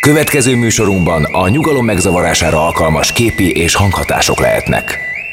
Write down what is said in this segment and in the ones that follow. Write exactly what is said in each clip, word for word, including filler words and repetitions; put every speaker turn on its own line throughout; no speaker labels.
Következő műsorunkban a nyugalom megzavarására alkalmas képi és hanghatások lehetnek.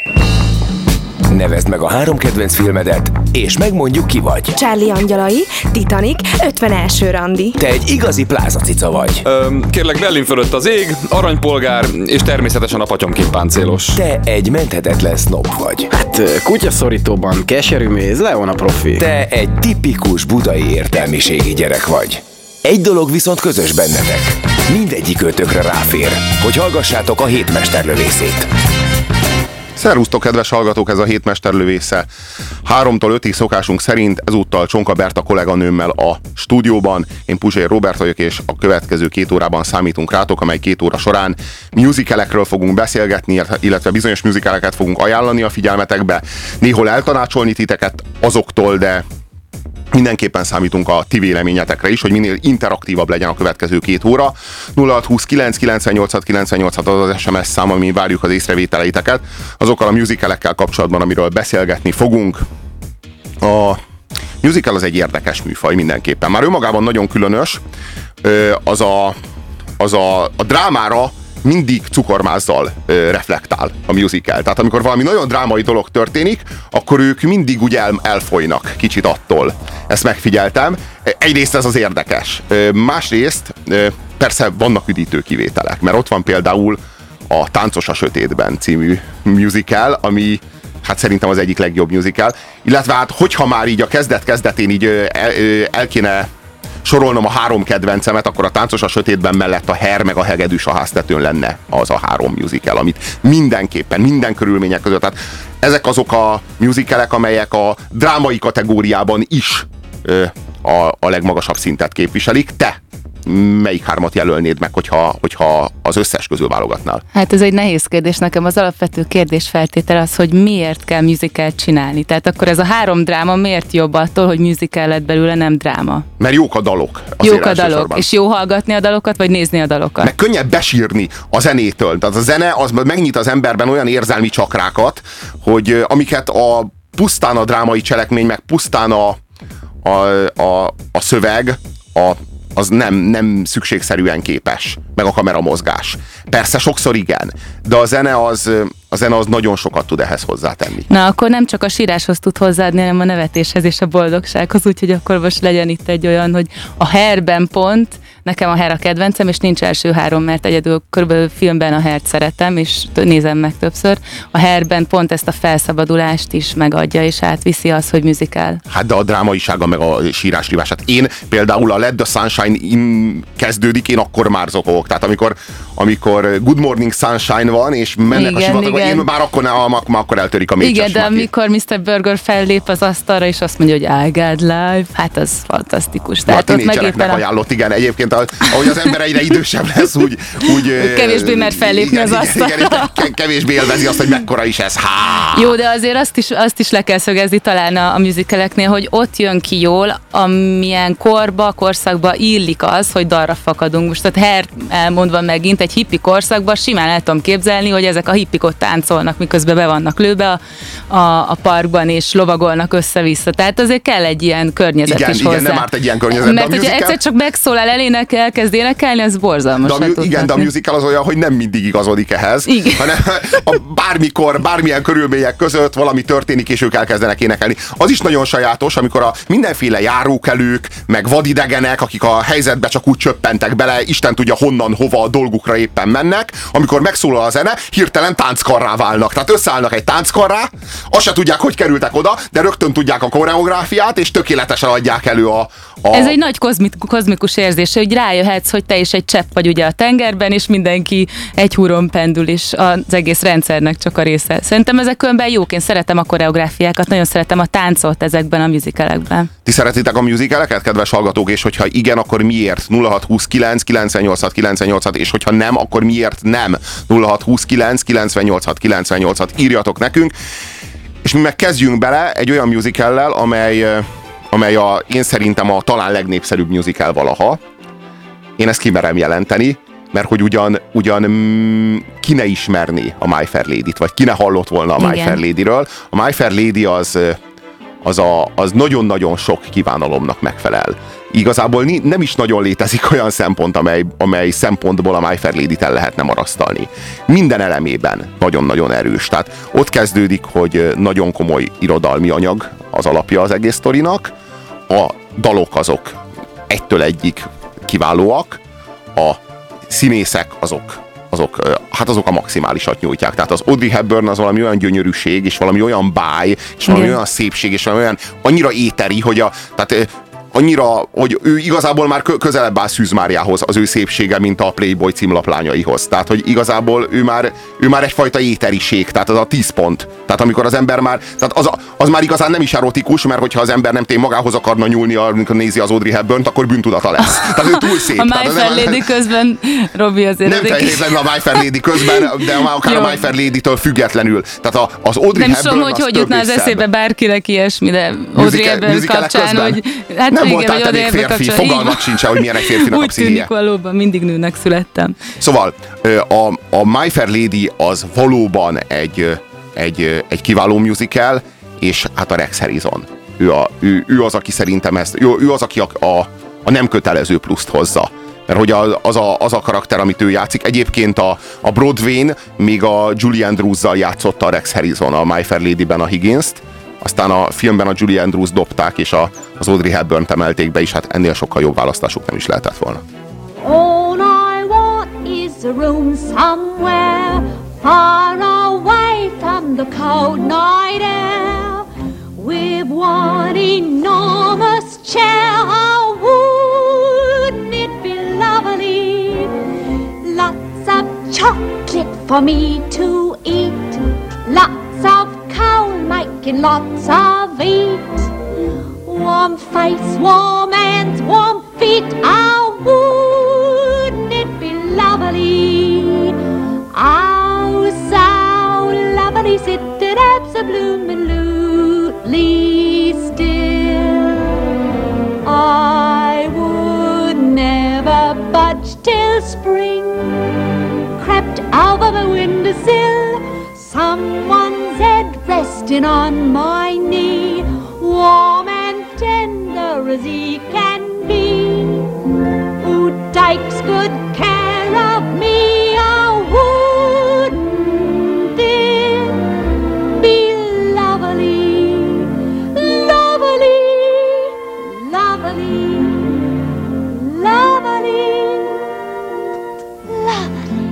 Nevezd meg a három kedvenc filmedet, és megmondjuk, ki vagy.
Charlie angyalai, Titanic, ötveneelső randi.
Te egy igazi plázacica vagy.
Öm, kérlek, Berlin fölött az ég, aranypolgár, és természetesen a patyomkin páncélos.
Te egy menthetetlen sznob vagy.
Hát kutyaszorítóban keserű méz, Leon a profi.
Te egy tipikus budai értelmiségi gyerek vagy. Egy dolog viszont közös bennetek. Mindegyik ötökre ráfér, hogy hallgassátok a hét mesterlövészét.
Szervusztok, kedves hallgatók, ez a hét mesterlövésze. Háromtól ötig szokásunk szerint ezúttal Csonka Berta kolléganőmmel a stúdióban. Én Puzsér Róbert vagyok, és a következő két órában számítunk rátok, amely két óra során musicalekről fogunk beszélgetni, illetve bizonyos musicaleket fogunk ajánlani a figyelmetekbe. Néhol eltanácsolni titeket azoktól, de mindenképpen számítunk a ti véleményetekre is, hogy minél interaktívabb legyen a következő két óra. nulla hat huszonkilenc kilencvennyolc kilencvennyolc az az es em es szám, amin várjuk az észrevételeiteket, azokkal a musicalekkel kapcsolatban, amiről beszélgetni fogunk. A musical az egy érdekes műfaj mindenképpen. Már önmagában nagyon különös, az a, az a, a drámára mindig cukormázzal ö, reflektál a musical. Tehát amikor valami nagyon drámai dolog történik, akkor ők mindig úgy el, elfolynak kicsit attól. Ezt megfigyeltem. Egyrészt ez az érdekes. Ö, másrészt ö, persze vannak üdítő kivételek, mert ott van például a Táncos a sötétben című musical, ami hát szerintem az egyik legjobb musical. Illetve hát hogyha már így a kezdet-kezdetén így ö, el, ö, el kéne sorolnom a három kedvencemet, akkor a Táncos a sötétben mellett a Hair meg a Hegedűs a háztetőn lenne az a három musical, amit mindenképpen, minden körülmények között. Tehát ezek azok a musicalek, amelyek a drámai kategóriában is ö, a, a legmagasabb szintet képviselik. Te melyik hármat jelölnéd meg, hogyha, hogyha az összes közül válogatnál?
Hát ez egy nehéz kérdés. Nekem az alapvető kérdésfeltétel az, hogy miért kell musicalt csinálni. Tehát akkor ez a három dráma miért jobb attól, hogy musical lett belőle, nem dráma?
Mert jók a dalok.
Jók a dalok. És jó hallgatni a dalokat, vagy nézni a dalokat?
Meg könnyebb besírni a zenétől. Tehát a zene az megnyit az emberben olyan érzelmi csakrákat, hogy amiket a pusztán a drámai cselekmény, meg pusztán a, a, a, a szöveg, a az nem, nem szükségszerűen képes, meg a kameramozgás. Persze sokszor igen, de a zene az, a zene az nagyon sokat tud ehhez hozzátenni.
Na, akkor nem csak a síráshoz tud hozzáadni, hanem a nevetéshez és a boldogsághoz, úgyhogy akkor most legyen itt egy olyan, hogy a Hairben pont, nekem a Hair a kedvencem, és nincs első három, mert egyedül körülbelül filmben a Hairt szeretem, és nézem meg többször. A Hairben pont ezt a felszabadulást is megadja, és átviszi az, hogy musical.
Hát de a drámaisága, meg a sírás-rívás. Hát én például a Let the Sunshine in kezdődik, én akkor már zokogok. Tehát amikor, amikor Good Morning Sunshine van, és mennek igen, a sivatagba, én már akkor, ne, már akkor eltörik a mécses.
Igen, de amikor miszter Burger fellép az asztalra, és azt mondja, hogy I got life, hát az fantasztikus.
Tehát ott megéppen a... ajánlott, igen, egyébként ahogy az ember egyre idősebb lesz, úgy... úgy
kevésbé mer fellépni igen, az asztalra. Igen,
igen, kevésbé élvezi azt, hogy mekkora is ez. Há!
Jó, de azért azt is, azt is le kell szögezni talán a, a musicaleknél, hogy ott jön ki jól, amilyen korba, korszakba illik az, hogy dalra fakadunk. Most tehát Hair elmondva megint, egy hippi korszakban simán el tudom képzelni, hogy ezek a hippik ott táncolnak, miközben be vannak lőve a, a, a parkban, és lovagolnak össze-vissza. Tehát azért kell egy ilyen környezet
igen,
is
igen,
hozzá.
nem árt egy ilyen környezet.
Mert hogyha musical... egyszer csak megszólal elének, elkezd énekelni, az borzalmas.
De a, igen, de a musical az olyan, hogy nem mindig igazodik ehhez,
igen.
hanem a bármikor, bármilyen körülmények között valami történik, és ők elkezdenek énekelni. Az is nagyon sajátos, amikor a mindenféle járókelők, meg vadidegenek, akik a helyzetbe csak úgy csöppentek bele, Isten tudja honnan, hova a dolgukra éppen mennek, amikor megszólal a zene, hirtelen tánckarrá válnak. Tehát összeállnak egy tánckarrá, azt se tudják, hogy kerültek oda, de rögtön tudják a koreográfiát, és tökéletesen adják elő a... a...
Ez egy nagy kozmikus érzés, hogy rájöhetsz, hogy te is egy csepp vagy ugye a tengerben, és mindenki egy húron pendül, és az egész rendszernek csak a része. Szerintem ezek különben jók, én szeretem a koreográfiákat, nagyon szeretem a táncot ezekben a musicalekben.
Ti szeretitek a musicaleket, kedves hallgatók, és hogyha igen, akkor miért? nulla hat huszonkilenc kilencvennyolc kilencvennyolc, és hogyha nem, akkor miért nem? nulla hat huszonkilenc kilencvennyolc kilencvennyolc írjatok nekünk, és mi meg kezdjünk bele egy olyan musicallel, amely, amely a, én szerintem a talán legnépszerűbb musical valaha. Én ezt kimerem jelenteni, mert hogy ugyan, ugyan mm, ki ne ismerné a My Fair Lady-t, vagy ki ne hallott volna a My Fair Lady-ről. A My Fair Lady az, az, a, az nagyon-nagyon sok kívánalomnak megfelel. Igazából nem is nagyon létezik olyan szempont, amely, amely szempontból a My Fair Lady-t el lehetne marasztalni. Minden elemében nagyon-nagyon erős. Tehát ott kezdődik, hogy nagyon komoly irodalmi anyag az alapja az egész sztorinak. A dalok azok egytől egyig kiválóak, a színészek azok azok, hát azok a maximálisat nyújtják. Tehát az Audrey Hepburn az valami olyan gyönyörűség, és valami olyan báj, és valami Igen. olyan szépség, és valami olyan annyira éteri, hogy a, tehát annyira, hogy ő igazából már közelebb áll Szűz Máriához az ő szépsége, mint a Playboy címlaplányaihoz. Tehát, hogy igazából ő már, ő már egyfajta éteriség, tehát az a tíz pont. Tehát amikor az ember már, tehát az, a, az már igazán nem is erotikus, mert hogyha az ember nem tény magához akarna nyúlni, amikor nézi az Audrey Hepburnt, akkor bűntudata lesz. Tehát ő túl szép.
A My Fair Lady közben, Robi azért...
Nem feltétlenül a My Fair Lady közben, de akár a My Fair Lady-től függetlenül. Tehát az Audrey
nem
Hepburn
tudom, hogy hogy jutna az eszébe bárkinek ilyesmi, de Audrey Hepburn kapcsán, hogy... Hát
nem igen, voltál te még férfi, fogalmat sincs, hogy milyen egy férfinak a pszichéje.
Úgy tűnik, valóban mindig nőnek születtem.
Szóval a, a My Fair Lady az valóban egy, egy, egy kiváló musical, és hát a Rex Harrison. Ő, a, ő, ő az, aki szerintem ezt, ő, ő az, aki a, a, a nem kötelező pluszt hozza. Mert hogy az a, az a karakter, amit ő játszik, egyébként a, a Broadway-n még a Julie Andrews-zal játszotta a Rex Harrison a My Fair Lady-ben a Higgins-t, aztán a filmben a Julie Andrews dobták, és a, az Audrey Hepburnt emelték be, és hát ennél sokkal jobb választásuk nem is lehetett volna.
All I want is a room somewhere far away from the cold night air, with one enormous chair. Oh, wouldn't it be lovely? Lots of chocolate for me to eat, lots of coal making lots of heat, warm face, warm hands, warm feet. Oh, wouldn't it be lovely? Oh, so lovely, sitting absolutely still. I would never budge till spring crept over the windowsill. Someone's head resting on my knee, warm and tender as he can be, who takes good care of me. Oh, wouldn't it be lovely, lovely, lovely, lovely, lovely.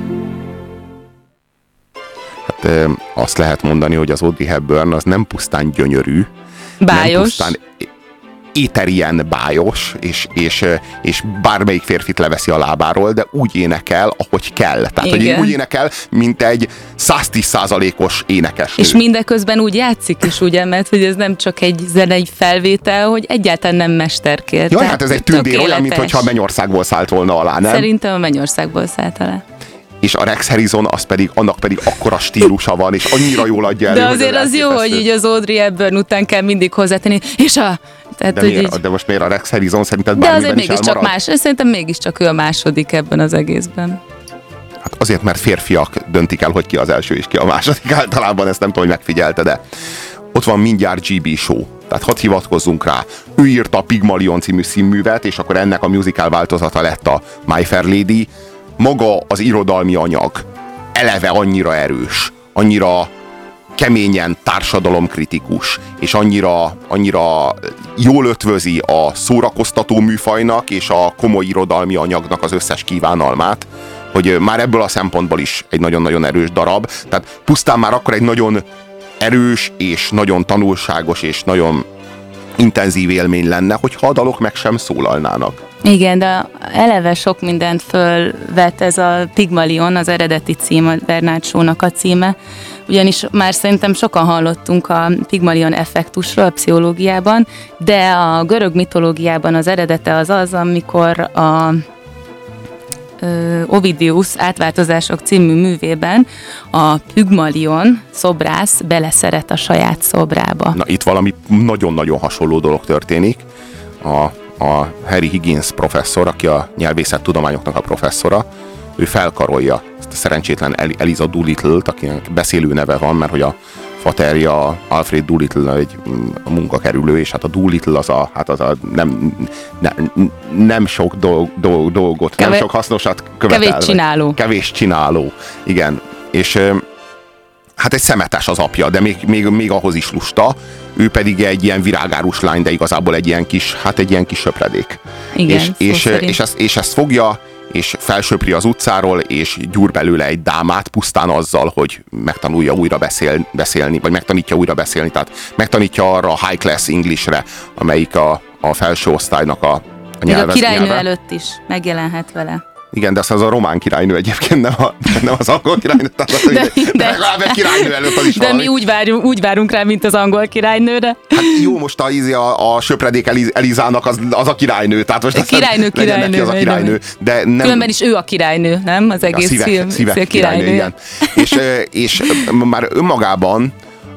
Hát azt lehet mondani, hogy az Audrey Hepburn az nem pusztán gyönyörű,
bájos.
Nem pusztán éterien bájos, és, és, és bármelyik férfit leveszi a lábáról, de úgy énekel, ahogy kell. Tehát,
Igen.
hogy úgy énekel, mint egy száztíz százalékos énekesnő.
És mindeközben úgy játszik is, ugye, mert hogy ez nem csak egy zenei felvétel, hogy egyáltalán nem mesterkér.
Jaj, hát ez egy tündér, olyan, mintha a Mennyországból szállt volna alá, nem?
Szerintem a Mennyországból szállt alá.
És a Rex Harrison, az pedig, annak pedig akkora stílusa van, és annyira jól adja elő.
De azért az jó, hogy így az Audrey Hepburn után kell mindig hozzátenni, és a... Tehát,
de,
hogy
miért,
így...
de most miért a Rex Harrison szerinted
De
bármiben
azért
is elmarad?
mégiscsak más. Szerintem mégiscsak ő a második ebben az egészben.
Hát azért, mert férfiak döntik el, hogy ki az első és ki a második. Általában ezt nem tudom, hogy megfigyelte, de ott van mindjárt gé bé Show. Tehát hadd hivatkozzunk rá. Ő írta a Pygmalion című színművet, és akkor ennek a musical változata lett a My Fair Lady. Maga az irodalmi anyag eleve annyira erős, annyira keményen társadalomkritikus, és annyira, annyira jól ötvözi a szórakoztató műfajnak és a komoly irodalmi anyagnak az összes kívánalmát, hogy már ebből a szempontból is egy nagyon-nagyon erős darab. Tehát pusztán már akkor egy nagyon erős és nagyon tanulságos és nagyon intenzív élmény lenne, hogyha a dalok meg sem szólalnának.
Igen, de eleve sok mindent fölvet ez a Pygmalion, az eredeti cím, a Bernard Shaw-nak a címe, ugyanis már szerintem sokan hallottunk a Pygmalion effektusról a pszichológiában, de a görög mitológiában az eredete az az, amikor a Ovidius átváltozások című művében a Pygmalion szobrász beleszeret a saját szobrába.
Na, itt valami nagyon-nagyon hasonló dolog történik. A, a Harry Higgins professzor, aki a nyelvészettudományoknak a professzora, ő felkarolja ezt a szerencsétlen Eliza Doolittle-t, akinek beszélő neve van, mert hogy a faterja Alfred Doolittle egy munkakerülő, és hát a Doolittle az a, hát az a nem, nem, nem sok dolg, dolg, dolgot, Keve, nem sok hasznosat követel.
Kevés csináló.
Kevés csináló, igen. És hát egy szemetes az apja, de még, még, még ahhoz is lusta. Ő pedig egy ilyen virágárus lány, de igazából egy ilyen kis, hát egy ilyen kis söpredék.
Igen,
és, és, és, ezt, és ezt fogja, és felsöpri az utcáról, és gyúr belőle egy dámát pusztán azzal, hogy megtanulja újra beszél, beszélni, vagy megtanítja újra beszélni, tehát megtanítja arra a high class Englishre, amelyik a, a felső osztálynak a, a nyelvez,
a királynő
nyelve.
előtt is megjelenhet vele.
Igen, de az a román királynő egyébként, nem, a, nem az angol királynő, tehát az, de, de, de legalább egy királynő előtt az is
de
valami.
mi úgy várunk, úgy várunk rá, mint az angol királynőre.
Hát jó, most a, a, a söpredék Eliz, Elizának az, az a királynő, tehát most
a királynő, királynő,
neki az a királynő, de nem...
Különben is ő a királynő, nem? Az egész
szívek,
film.
Szívek királynő, igen. és, és már önmagában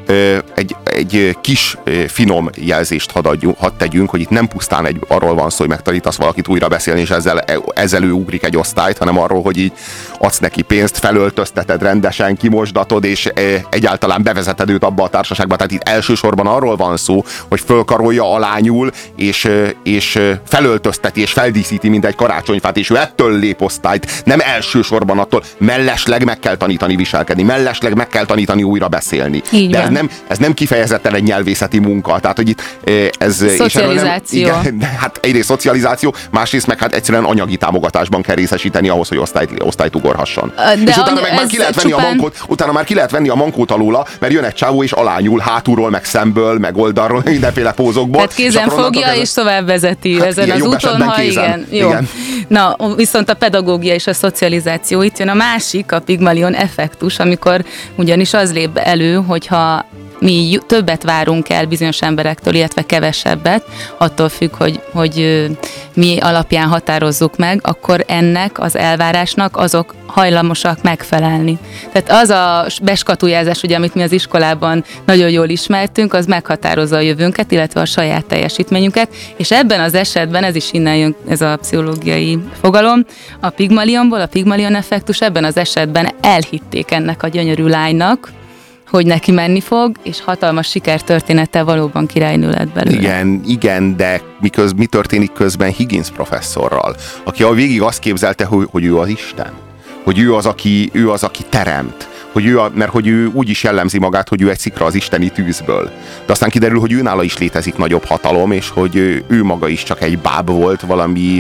egy, egy kis finom jelzést hadd, adjunk, hadd tegyünk, hogy itt nem pusztán egy, arról van szó, hogy megtanítasz valakit újra beszélni, és ezzel, ezzel ő ugrik egy osztályt, hanem arról, hogy így adsz neki pénzt, felöltözteted rendesen, kimosdatod, és egyáltalán bevezeted őt abba a társaságba. Tehát itt elsősorban arról van szó, hogy fölkarolja, alányul, és, és felöltözteti, és feldíszíti, mint egy karácsonyfát, és ő ettől lép osztályt. Nem elsősorban attól, mellesleg meg kell tanítani viselkedni, mellesleg meg kell tanítani újra beszélni. De ez nem, ez nem kifejezetten egy nyelvészeti munka. Tehát, hogy itt ez...
Szocializáció.
És nem, igen, hát egyrészt szocializáció, másrészt meg hát egyszerűen anyagi támogatásban kell részesíteni ahhoz, hogy osztályt, osztályt ugorhasson.
De
és utána meg már ki lehet venni csupán... a mankót, utána már ki lehet venni a mankót alóla, mert jön egy csávó és alányul hátulról, meg szemből, meg oldalról, mindenféle pózokból.
Tehát kézen fogja és, és tovább vezeti hát ezen igen, az úton, ha kézen. Igen. Jó. Igen. Na, viszont a pedagógia és a szocializáció, itt jön a másik, a Pygmalion effektus, amikor ugyanis az lép elő, hogyha mi többet várunk el bizonyos emberektől, illetve kevesebbet, attól függ, hogy, hogy mi alapján határozzuk meg, akkor ennek az elvárásnak azok hajlamosak megfelelni. Tehát az a beskatujázás, ugye, amit mi az iskolában nagyon jól ismertünk, az meghatározza a jövőnket, illetve a saját teljesítményünket, és ebben az esetben, ez is innen jön, ez a pszichológiai fogalom, a Pygmalionból, a Pygmalion effektus ebben az esetben elhitték ennek a gyönyörű lánynak, hogy neki menni fog, és hatalmas sikertörténettel valóban királynő lett belőle.
Igen, igen, de mi, köz, mi történik közben Higgins professzorral, aki a végig azt képzelte, hogy, hogy ő az Isten, hogy ő az, aki, ő az, aki teremt, hogy ő a, mert hogy ő úgy is jellemzi magát, hogy ő egy szikra az isteni tűzből. De aztán kiderül, hogy őnála is létezik nagyobb hatalom, és hogy ő, ő maga is csak egy báb volt, valami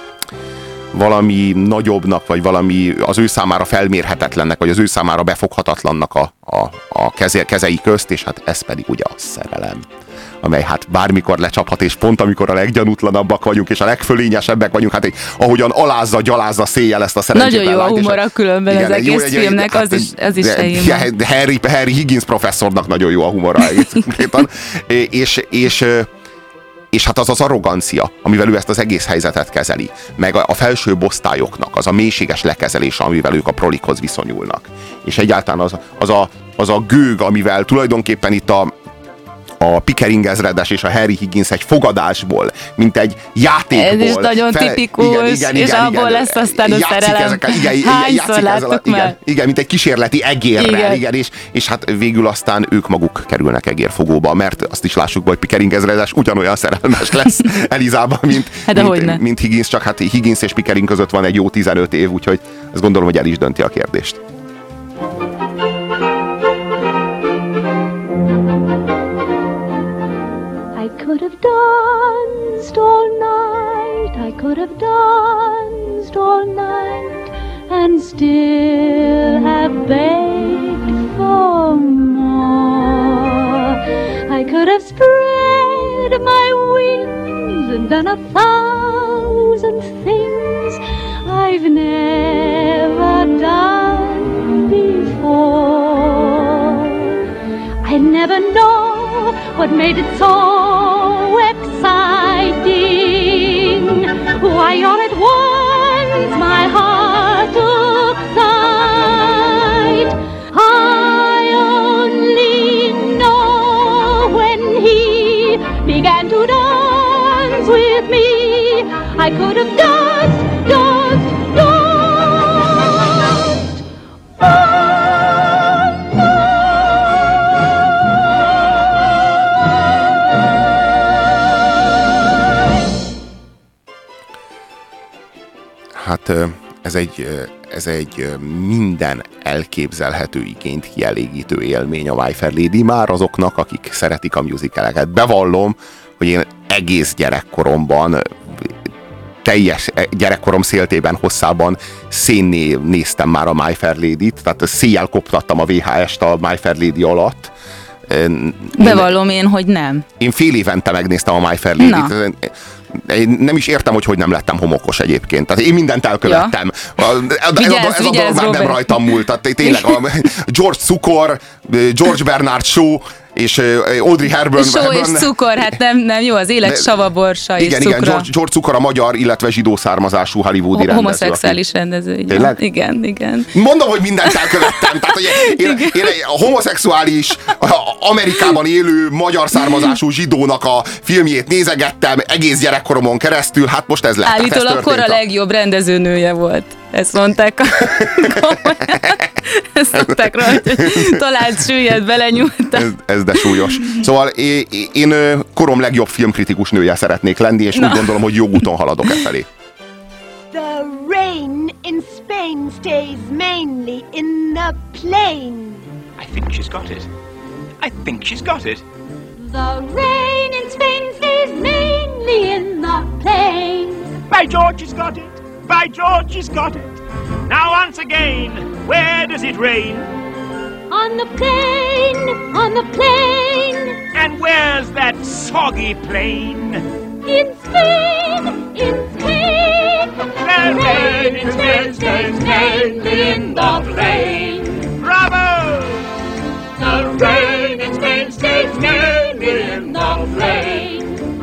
valami nagyobbnak, vagy valami az ő számára felmérhetetlennek, vagy az ő számára befoghatatlannak a, a, a keze, kezei közt, és hát ez pedig ugye a szerelem, amely hát bármikor lecsaphat, és pont amikor a leggyanútlanabbak vagyunk, és a legfölényesebbek vagyunk, hát egy, ahogyan alázza, gyalázza széjjel ezt a szerencsében.
Nagyon jó
lányt,
a humor a különben igen, az egész egy, filmnek, hát, az is, az is
Harry, Harry Higgins professzornak nagyon jó a humora. és, és És hát az az arrogancia, amivel ő ezt az egész helyzetet kezeli, meg a felsőbb osztályoknak az a mélységes lekezelése, amivel ők a prolikhoz viszonyulnak. És egyáltalán az, az, a, az a gőg, amivel tulajdonképpen itt a, a Pickering ezredes és a Harry Higgins egy fogadásból, mint egy játékból.
Ez is nagyon fel, tipikus, igen, igen, és igen, abból igen, lesz aztán a szerelem.
Ezekkel, igen,
hányszor láttuk
a, igen, igen, mint egy kísérleti egérrel, igen. Igen, és, és hát végül aztán ők maguk kerülnek egérfogóba, mert azt is lássuk, hogy Pickering ezredes ugyanolyan szerelmes lesz Elizában, mint,
hát
mint, mint Higgins, csak hát Higgins és Pickering között van egy jó tizenöt év, úgyhogy ezt gondolom, hogy el is dönti a kérdést.
I could have danced all night, I could have danced all night, and still have begged for more. I could have spread my wings and done a thousand things I've never done before. I never know what made it so exciting, why all at once my heart took flight. I only know when he began to dance with me, I could have danced, danced, danced all night.
ez egy, ez egy minden elképzelhető igényt kielégítő élmény a My Fair Lady, már azoknak, akik szeretik a musicaleket. Bevallom, hogy én egész gyerekkoromban, teljes gyerekkorom széltében, hosszában szénné néztem már a My Fair Lady-t, tehát széjjel koptattam a vé há est a My Fair Lady alatt. Én,
Bevallom én, hogy nem.
Én fél évente megnéztem a My Fair Lady-t. Én nem is értem, hogy hogy nem lettem homokos egyébként. Tehát én mindent elkövettem. Ja. A,
vigyázz,
ez a, ez a
vigyázz,
dolog már nem rajtam múlt. Tehát tényleg a George Cukor, George Bernard Shaw és Audrey Hepburn.
Só és cukor, hát nem, nem jó, az élet savaborsa és
igen,
cukra.
Igen, George, George Cukor a magyar, illetve zsidó származású hollywoodi rendező.
Homoszexuális rendező.
Tényleg?
Igen, igen.
Mondom, hogy mindent elkövettem. Tehát, hogy én, én, én a homoszexuális, Amerikában élő, magyar származású zsidónak a filmjét nézegettem egész gyerekkoromon keresztül, hát most ez lett.
Állítólag akkor a legjobb rendezőnője volt. Ezt mondták. Ezt mondták rá, hogy talált süllyed, belenyúltam.
Ez, ez de súlyos. Szóval én, én korom legjobb filmkritikus nője szeretnék lenni, és Na. úgy gondolom, hogy jó úton haladok e felé.
The rain in Spain stays mainly in the plain.
I think she's got it. I think she's got it.
The rain in Spain stays mainly in the plain.
By George, she's got it. By George, she's got it. Now once again, where does it rain?
On the plain, on the plain.
And where's that soggy plain?
In Spain, in Spain.
The rain in Spain stays mainly in the plain. Bravo!
The rain in Spain stays mainly in the plain.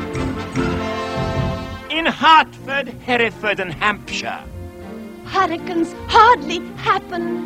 In Hartford, Hereford and Hampshire,
hurricanes hardly happen.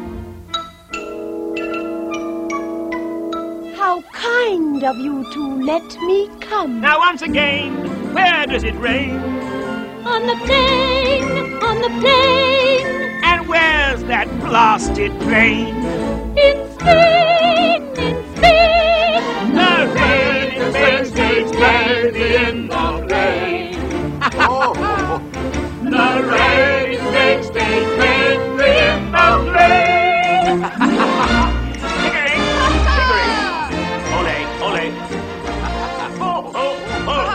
How kind of you to let me come.
Now once again, where does it rain?
On the plain, on the plain.
And where's that blasted plain?
In Spain, in Spain.
The rain in Spain stays mainly in the plain. Oh. The rain in Spain stays mainly in the plain. Hickory, hickory. Ole, ole. Oh, oh, oh.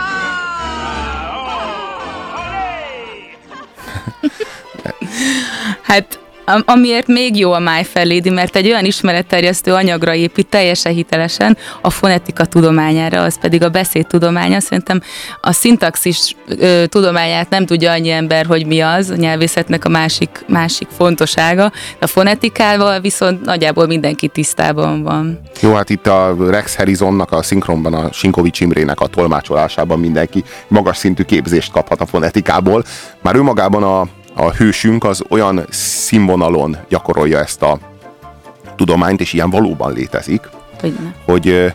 Hát amiért még jó a My Fair Lady, mert egy olyan ismeretterjesztő anyagra épít teljesen hitelesen, a fonetika tudományára, az pedig a beszédtudománya. Szerintem a szintaxis ö, tudományát nem tudja annyi ember, hogy mi az, a nyelvészetnek a másik, másik fontos ága. A fonetikával viszont nagyjából mindenki tisztában van.
Jó, hát itt a Rex Harrisonnak a szinkronban, a Sinkovics Imrének a tolmácsolásában mindenki magas szintű képzést kaphat a fonetikából. Már önmagában a A hősünk az olyan színvonalon gyakorolja ezt a tudományt, és ilyen valóban létezik,
Hogyne.
hogy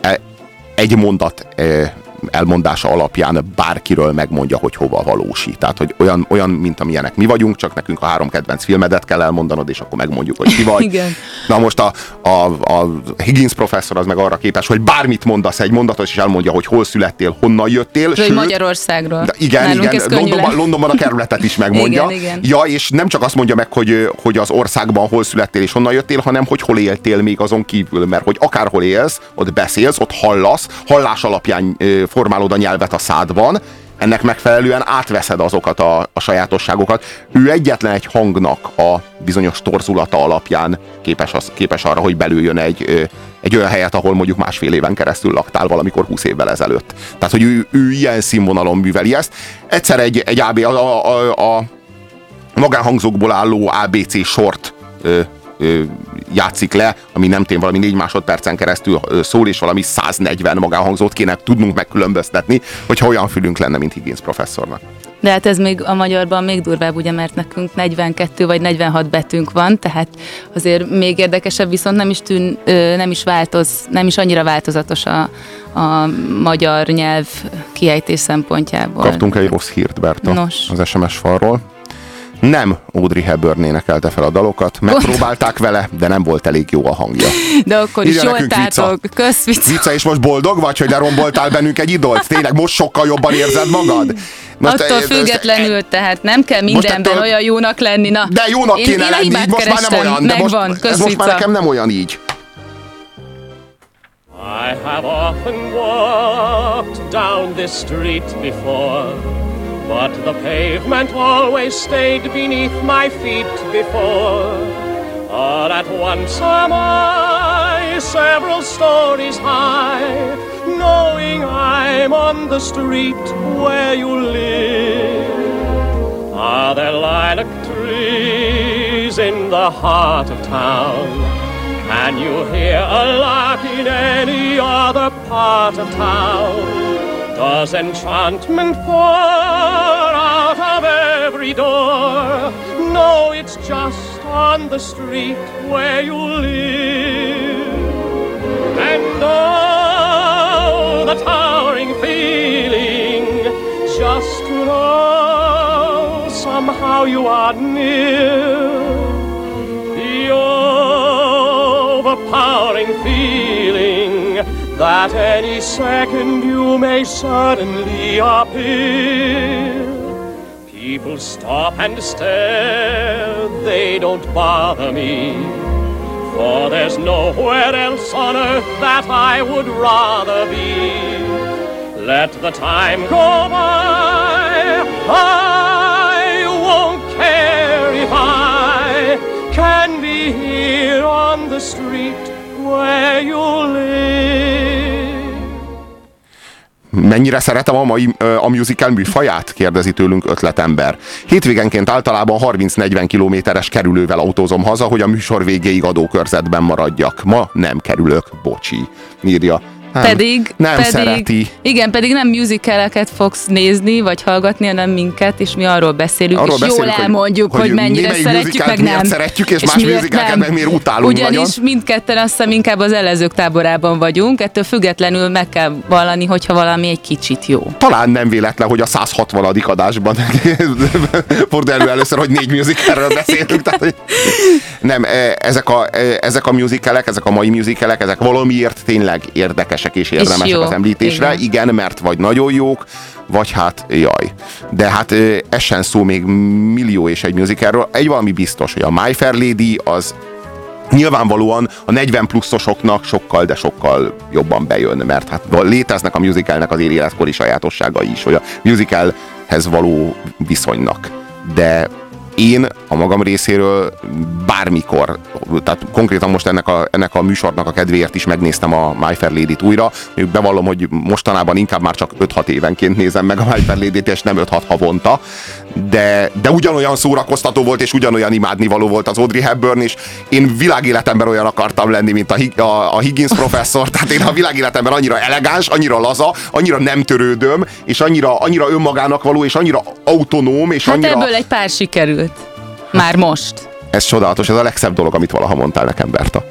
egy mondat elmondása alapján bárkiről megmondja, hogy hova valósít. Tehát, hogy olyan, olyan, mint amilyenek mi vagyunk, csak nekünk a három kedvenc filmedet kell elmondanod, és akkor megmondjuk, hogy ki vagy.
Igen.
Na most a, a, a Higgins professzor az meg arra képes, hogy bármit mondasz egy mondatot, és elmondja, hogy hol születtél, honnan jöttél.
Sőt, Magyarországról.
Igen,
Nálunk
igen. Londonban, Londonban a kerületet is megmondja.
Igen, igen.
Ja, és nem csak azt mondja meg, hogy, hogy az országban hol születtél és honnan jöttél, hanem hogy hol éltél még azon kívül, mert hogy akárhol élsz, ott beszélsz, ott hallasz, hallás alapján formálod a nyelvet a szádban, ennek megfelelően átveszed azokat a, a sajátosságokat. Ő egyetlen egy hangnak a bizonyos torzulata alapján képes, az, képes arra, hogy belőjön egy, egy olyan helyet, ahol mondjuk másfél éven keresztül laktál valamikor húsz évvel ezelőtt. Tehát, hogy ő, ő ilyen színvonalon műveli ezt. Egyszer egy, egy á bé, a, a, a magánhangzókból álló á bé cé sort ö, ö, játszik le, ami nem tény valami négy másodpercen keresztül szól, és valami száznegyven magánhangzót kéne tudnunk megkülönböztetni, hogyha olyan fülünk lenne, mint Higgins professzornak.
De hát ez még a magyarban még durvább, ugye, mert nekünk negyvenkettő vagy negyvenhat betűnk van, tehát azért még érdekesebb, viszont nem is tűn, nem is változ, nem is annyira változatos a, a magyar nyelv kiejtés szempontjából.
Kaptunk egy rossz hírt, Berta,
Nos.
az es em es falról. Nem Audrey Hepburn énekelte fel a dalokat, megpróbálták vele, de nem volt elég jó a hangja.
De akkor is jól tátok. Kösz, Vica.
Vica, és most boldog vagy, hogy leromboltál bennünk egy idolt? Tényleg most sokkal jobban érzed magad?
Most attól függetlenül, e, tehát nem kell mindenben ettől, olyan jónak lenni. Na,
de jónak
én,
kéne
én
lenni, így most már nem olyan. De
megvan,
most,
kösz,
ez most már nekem nem olyan így.
I have often walked down this street before, but the pavement always stayed beneath my feet before. All at once am I several stories high, knowing I'm on the street where you live. Are there lilac trees in the heart of town? Can you hear a lark in any other part of town? Does enchantment pour out of every door? No, it's just on the street where you live. And oh, the towering feeling just to know somehow you are near. The overpowering feeling that any second you may suddenly appear. People stop and stare, they don't bother me, for there's nowhere else on earth that I would rather be. Let the time go by, I won't care if I can be here on the street where you live.
Mennyire szeretem a mai a musical műfaját? Kérdezi tőlünk ötletember. Hétvégenként általában harminc-negyven kilométeres kerülővel autózom haza, hogy a műsor végéig adókörzetben maradjak. Ma nem kerülök, bocsi, írja. Nem,
pedig,
nem
pedig,
szereti.
Igen, pedig nem musicaleket fogsz nézni, vagy hallgatni, hanem minket, és mi arról beszélünk, arról és beszélünk, jól elmondjuk, hogy, hogy mennyire szeretjük, meg nem.
szeretjük, és, és más musicaleket meg miért utálunk
ugyanis
nagyon.
mindketten azt hiszem inkább az elezők táborában vagyunk, ettől függetlenül meg kell vallani, hogyha valami egy kicsit jó.
Talán nem véletlen, hogy a száz hatvanadik adásban fordul elő először, hogy négy musicalről beszélünk. Tehát, hogy nem, ezek a, ezek a musicalek, ezek a mai musicalek, ezek valamiért tényleg érdekes és érdemesek és az említésre. Igen. Igen, mert vagy nagyon jók, vagy hát jaj. De hát ez sem szó még millió és egy musicalről. Egy valami biztos, hogy a My Fair Lady az nyilvánvalóan a negyven pluszosoknak sokkal, de sokkal jobban bejön, mert hát léteznek a musicalnek az életkori sajátosságai is, hogy a musicalhez való viszonynak. De én a magam részéről bármikor, tehát konkrétan most ennek a, ennek a műsornak a kedvéért is megnéztem a My Fair Lady-t újra. Bevallom, hogy mostanában inkább már csak öt-hat évenként nézem meg a My Fair Lady-t, és nem öt-hat havonta. De, de ugyanolyan szórakoztató volt, és ugyanolyan imádnivaló volt az Audrey Hepburn, és én világéletemben olyan akartam lenni, mint a, a, a Higgins professzor. Tehát én a világéletemben annyira elegáns, annyira laza, annyira nem törődöm, és annyira, annyira önmagának való, és annyira autonóm, és
hát
annyira...
ebből egy pár sikerült. Már most.
Ez csodálatos, ez a legszebb dolog, amit valaha mondtál nekem, Berta.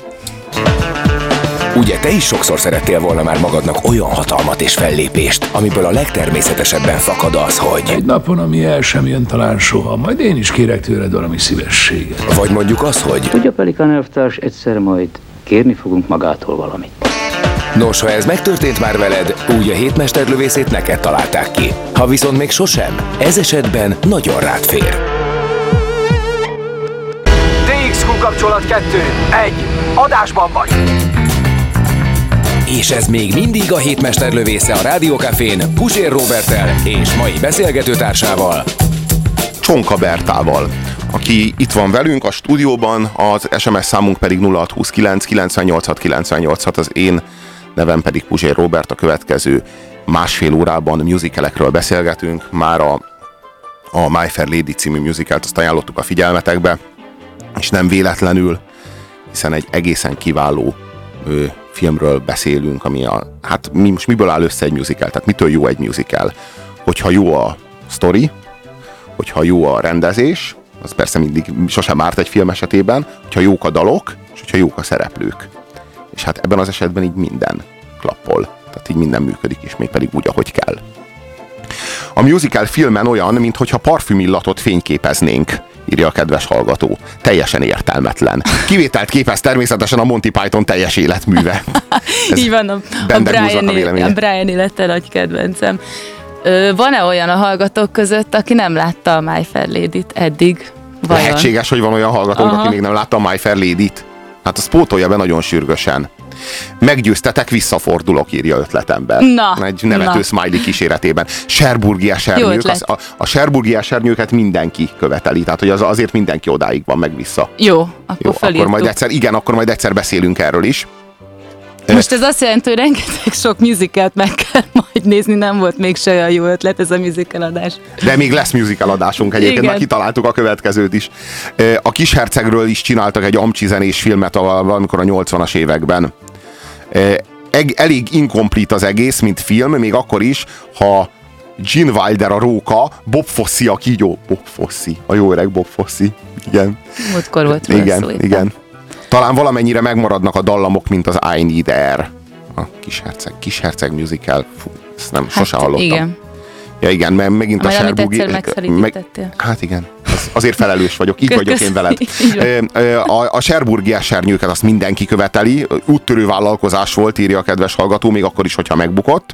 Ugye te is sokszor szerettél volna már magadnak olyan hatalmat és fellépést, amiből a legtermészetesebben fakad az, hogy...
Egy napon, ami el sem jön talán soha, majd én is kérek tőled valami szívességet.
Vagy mondjuk az, hogy...
Tudja, Pelikán elvtárs, egyszer majd kérni fogunk magától valamit.
Nos, ha ez megtörtént már veled, úgy a hétmesterlövészét neked találták ki. Ha viszont még sosem, ez esetben nagyon rád fér.
té iksz Q kapcsolat kettő, egy, adásban vagy!
És ez még mindig a hétmesterlövésze a Rádiókafén Puzsér Róberttel és mai beszélgetőtársával,
Csonka Bertával, aki itt van velünk a stúdióban, az es em es számunk pedig nulla hat huszonkilenc kilencvennyolc kilencvennyolc, az én nevem pedig Puzsér Róbert. A következő másfél órában musicalekről beszélgetünk. Már a, a My Fair Lady című musicalt azt ajánlottuk a figyelmetekbe, és nem véletlenül, hiszen egy egészen kiváló ö, filmről beszélünk, ami a, hát mi, most miből áll össze egy musical, tehát mitől jó egy musical? Hogyha jó a sztori, hogyha jó a rendezés, az persze mindig sosem árt egy film esetében, hogyha jók a dalok, és hogyha jók a szereplők. És hát ebben az esetben így minden klappol, tehát így minden működik, és mégpedig úgy, ahogy kell. A musical filmen olyan, minthogyha parfümillatot fényképeznénk, írja a kedves hallgató. Teljesen értelmetlen. Kivételt képez természetesen a Monty Python teljes életműve.
Így van, a, a Brian, a Brian élete nagy kedvencem. Ö, van-e olyan a hallgatók között, aki nem látta a My Fair Lady-t eddig? Vajon?
Lehetséges, hogy van olyan hallgatónk, aki még nem látta a My Fair Lady-t? Hát az pótolja be nagyon sürgősen. Meggyőztetek, visszafordulok, írja ötletemben.
Na,
egy nevető
na.
smiley kíséretében. Sherburgi esernyők, az, a, a Sherburgi esernyőket mindenki követeli, tehát hogy az, azért mindenki odáig van meg vissza.
Jó, akkor
Jó,
felírtuk.
akkor majd egyszer, igen, akkor majd egyszer beszélünk erről is.
Most ez azt jelenti, hogy rengeteg sok musicalt meg kell majd nézni, nem volt még se olyan jó ötlet ez a musical adás.
De még lesz musical adásunk egyébként, már kitaláltuk a következőt is. A Kishercegről is csináltak egy amcsi zenés filmet valamikor a nyolcvanas években. Elég incomplete az egész, mint film, még akkor is, ha Gene Wilder a róka, Bob Fosse a kígyó. Bob Fosse, a jó öreg Bob Fosse. Igen.
Múltkor volt róla
igen,
szó.
Igen. Talán valamennyire megmaradnak a dallamok, mint az I Need Air. A Kisherceg, Kisherceg musical. Fú, ezt nem, hát, sose hallottam.
Igen.
Ja igen, mert megint
majd
a Sherburgi...
Meg,
hát igen, az, azért felelős vagyok, így vagyok én veled. A, a Sherburgi esernyőket azt mindenki követeli, úttörő vállalkozás volt, írja a kedves hallgató, még akkor is, hogyha megbukott.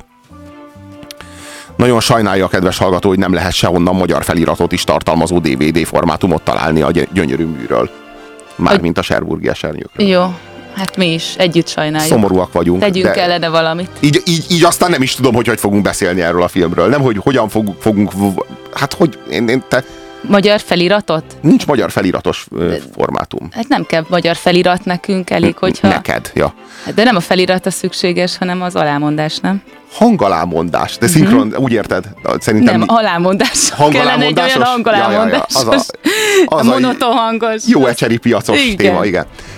Nagyon sajnálja a kedves hallgató, hogy nem lehet sehonnan magyar feliratot is tartalmazó dé vé dé formátumot találni a gyönyörű műről. Mármint a Sherburgi esernyőkről.
Jó, hát mi is együtt sajnáljuk.
Szomorúak vagyunk.
Tegyünk ellene valamit.
Így, így, így aztán nem is tudom, hogy hogy fogunk beszélni erről a filmről. Nem, hogy hogyan fogunk, fogunk hát hogy én, én te...
Magyar feliratot?
Nincs magyar feliratos ö, formátum.
Hát nem kell magyar felirat nekünk, elég, hogyha...
Neked, ja.
De nem a felirat a szükséges, hanem az alámondás, nem?
Hangalámondás, de szinkron, uh-huh. úgy érted? Szerintem
nem, alámondás. Kellene egy olyan hangalámondás. Ja, ja, ja. Az a, az a monoton hangos.
Jó ecseri piacos igen. téma, igen.